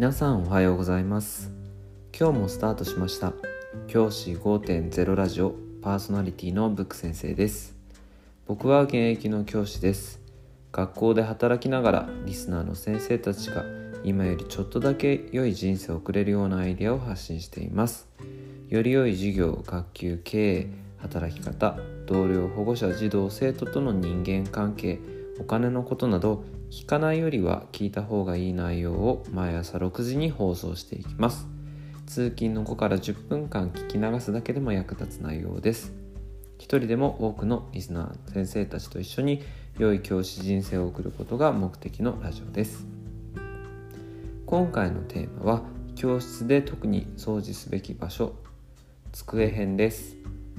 皆さんおはようございます。今日もスタートしました教師 5.0 ラジオパーソナリティのブック先生です。僕は現役の教師です。学校で働きながらリスナーの先生たちが今よりちょっとだけ良い人生を送れるようなアイデアを発信しています。より良い授業、学級経営、働き方、同僚、保護者、児童、生徒との人間関係、お金のことなど聞かないよりは聞いた方がいい内容を毎朝6時に放送していきます。通勤の5から10分間聞き流すだけでも役立つ内容です。一人でも多くのリスナー先生たちと一緒に良い教師人生を送ることが目的のラジオです。今回のテーマは教室で特に掃除すべき場所、机編です。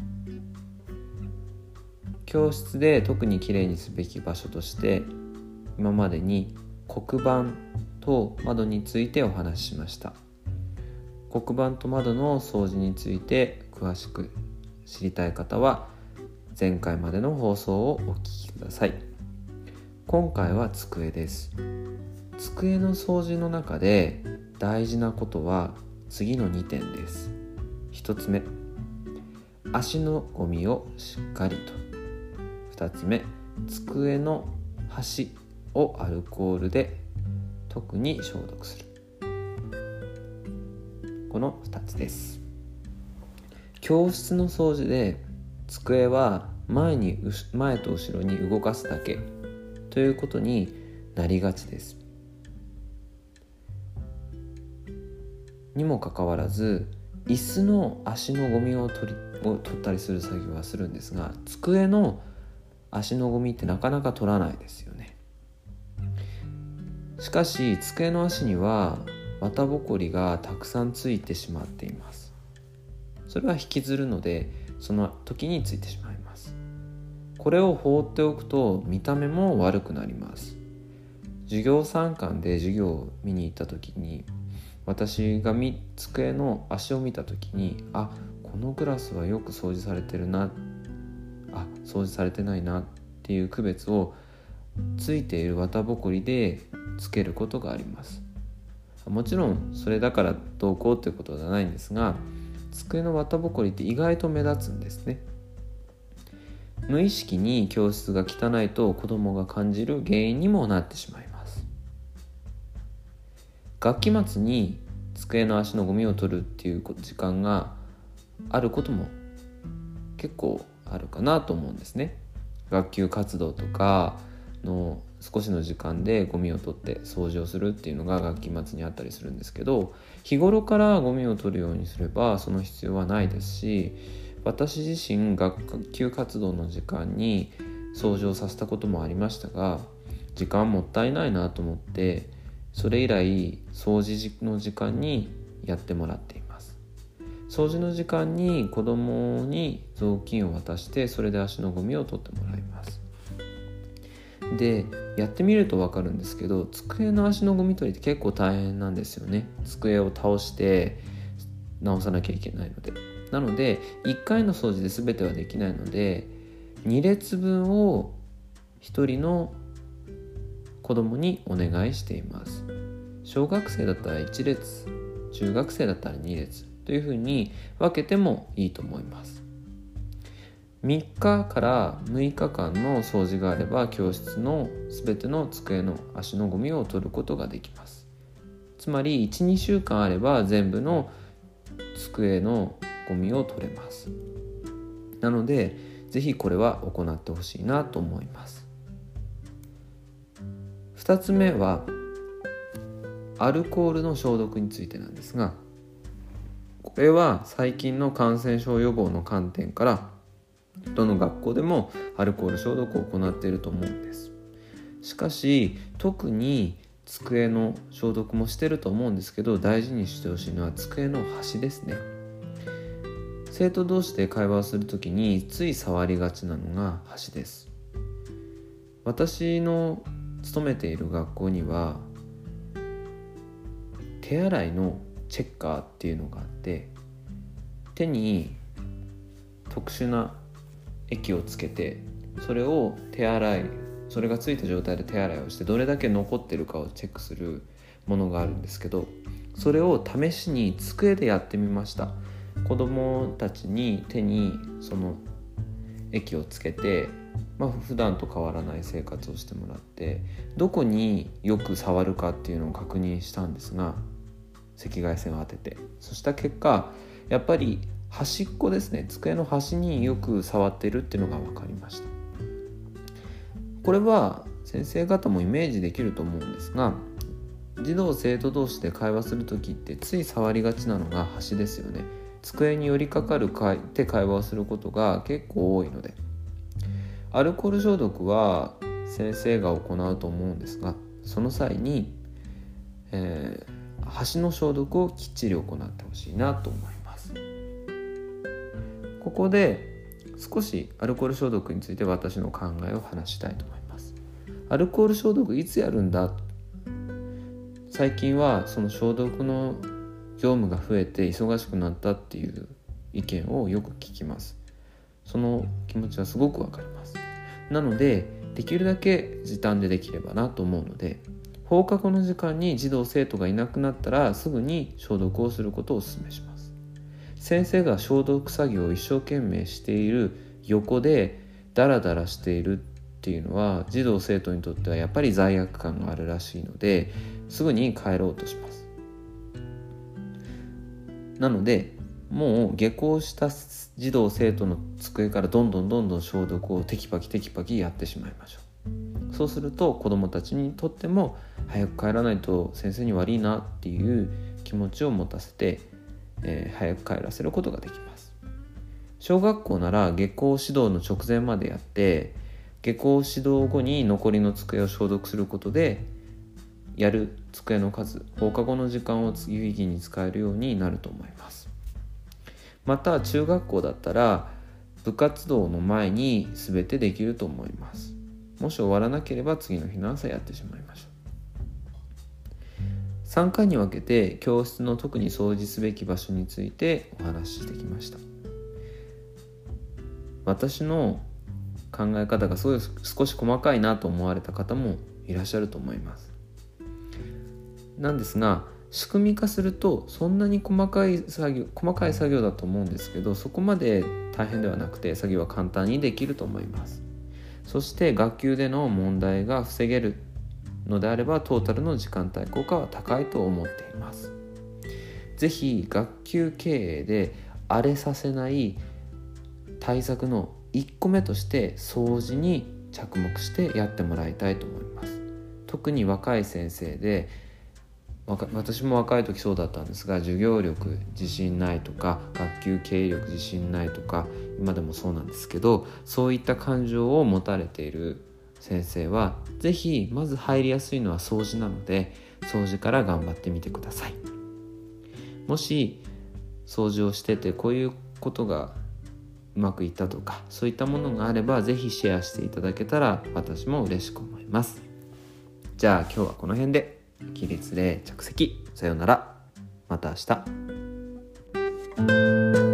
教室で特にきれいにすべき場所として今までに黒板と窓についてお話ししました。黒板と窓の掃除について詳しく知りたい方は前回までの放送をお聞きください。今回は机です。机の掃除の中で大事なことは次の2点です。1つ目、足のゴミをしっかりと。2つ目、机の端をアルコールで特に消毒する。この2つです。教室の掃除で机は前と後ろに動かすだけということになりがちです。にもかかわらず椅子の足のゴミを取ったりする作業はするんですが、机の足のゴミってなかなか取らないですよね。しかし机の足には綿ぼこりがたくさんついてしまっています。それは引きずるのでその時についてしまいます。これを放っておくと見た目も悪くなります。授業参観で授業を見に行った時に私が机の足を見た時にこのクラスはよく掃除されてるな、掃除されてないなっていう区別をついている綿ぼこりでつけることがあります。もちろんそれだからどうこうということではないんですが、机の綿ぼこりって意外と目立つんですね。無意識に教室が汚いと子どもが感じる原因にもなってしまいます。学期末に机の足のゴミを取るっていう時間があることも結構あるかなと思うんですね。学級活動とかの少しの時間でゴミを取って掃除をするっていうのが学期末にあったりするんですけど、日頃からゴミを取るようにすればその必要はないですし、私自身学級活動の時間に掃除をさせたこともありましたが、時間もったいないなと思ってそれ以来掃除の時間にやってもらっています。掃除の時間に子供に雑巾を渡してそれで足のゴミを取ってもらいます。で、やってみると分かるんですけど、机の足のゴミ取りって結構大変なんですよね。机を倒して直さなきゃいけないので。なので1回の掃除で全てはできないので2列分を1人の子供にお願いしています。小学生だったら1列、中学生だったら2列というふうに分けてもいいと思います。3日から6日間の掃除があれば教室のすべての机の足のゴミを取ることができます。つまり 1,2 週間あれば全部の机のゴミを取れます。なのでぜひこれは行ってほしいなと思います。2つ目はアルコールの消毒についてなんですが、これは最近の感染症予防の観点からどの学校でもアルコール消毒を行っていると思うんです。しかし特に机の消毒もしてると思うんですけど、大事にしてほしいのは机の端ですね。生徒同士で会話をするときについ触りがちなのが端です。私の勤めている学校には手洗いのチェッカーっていうのがあって、手に特殊な液をつけてそれがついた状態で手洗いをしてどれだけ残ってるかをチェックするものがあるんですけど、 それを試しに机でやってみました。子供たちに手にその液をつけて、普段と変わらない生活をしてもらって、どこによく触るかっていうのを確認したんですが、赤外線を当てて、そした結果やっぱり端っこですね、机の端によく触ってるっていうのが分かりました。これは先生方もイメージできると思うんですが、児童生徒同士で会話するときってつい触りがちなのが端ですよね。机に寄りかかるって会話をすることが結構多いので、アルコール消毒は先生が行うと思うんですが、その際に、端の消毒をきっちり行ってほしいなと思います。ここで少しアルコール消毒について私の考えを話したいと思います。アルコール消毒いつやるんだ。最近はその消毒の業務が増えて忙しくなったっていう意見をよく聞きます。その気持ちはすごくわかります。なのでできるだけ時短でできればなと思うので、放課後の時間に児童生徒がいなくなったらすぐに消毒をすることをお勧めします。先生が消毒作業を一生懸命している横でダラダラしているっていうのは、児童生徒にとってはやっぱり罪悪感があるらしいので、すぐに帰ろうとします。なのでもう下校した児童生徒の机からどんどん消毒をテキパキやってしまいましょう。そうすると子どもたちにとっても早く帰らないと先生に悪いなっていう気持ちを持たせて、早く帰らせることができます。小学校なら下校指導の直前までやって、下校指導後に残りの机を消毒することで、やる机の数、放課後の時間を有意義に使えるようになると思います。また中学校だったら部活動の前に全てできると思います。もし終わらなければ次の日の朝やってしまいましょう。3回に分けて教室の特に掃除すべき場所についてお話ししてきました。私の考え方が少し細かいなと思われた方もいらっしゃると思います。なんですが、仕組み化するとそんなに細かい作業だと思うんですけど、そこまで大変ではなくて作業は簡単にできると思います。そして学級での問題が防げるのであれば、トータルの時間帯効果は高いと思っています。ぜひ学級経営で荒れさせない対策の1個目として掃除に着目してやってもらいたいと思います。特に若い先生で、私も若い時そうだったんですが、授業力自信ないとか、学級経営力自信ないとか、今でもそうなんですけど、そういった感情を持たれている先生はぜひまず入りやすいのは掃除なので、掃除から頑張ってみてください。もし掃除をしててこういうことがうまくいったとか、そういったものがあればぜひシェアしていただけたら私も嬉しく思います。じゃあ今日はこの辺で。起立例着席、さようなら。また明日。